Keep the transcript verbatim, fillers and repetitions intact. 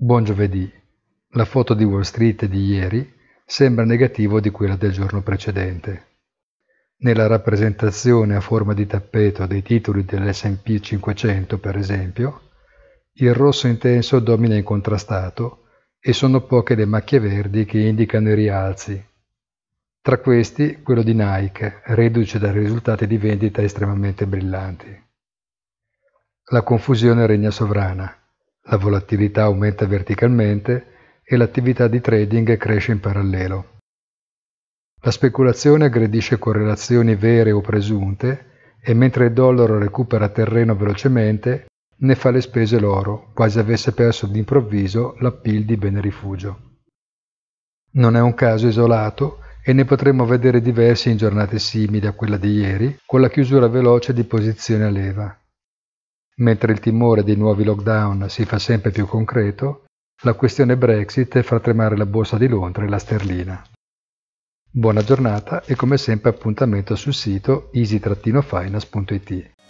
Buon giovedì. La foto di Wall Street di ieri sembra negativo di quella del giorno precedente. Nella rappresentazione a forma di tappeto dei titoli dell'esse and pi cinquecento, per esempio, il rosso intenso domina incontrastato e sono poche le macchie verdi che indicano i rialzi. Tra questi quello di Nike, reduce da risultati di vendita estremamente brillanti. La confusione regna sovrana, la volatilità aumenta verticalmente e l'attività di trading cresce in parallelo. La speculazione aggredisce correlazioni vere o presunte e mentre il dollaro recupera terreno velocemente, ne fa le spese l'oro, quasi avesse perso d'improvviso l'appeal di bene rifugio. Non è un caso isolato e ne potremmo vedere diversi in giornate simili a quella di ieri, con la chiusura veloce di posizioni a leva. Mentre il timore dei nuovi lockdown si fa sempre più concreto, la questione Brexit fa tremare la borsa di Londra e la sterlina. Buona giornata e come sempre appuntamento sul sito easy finance punto it.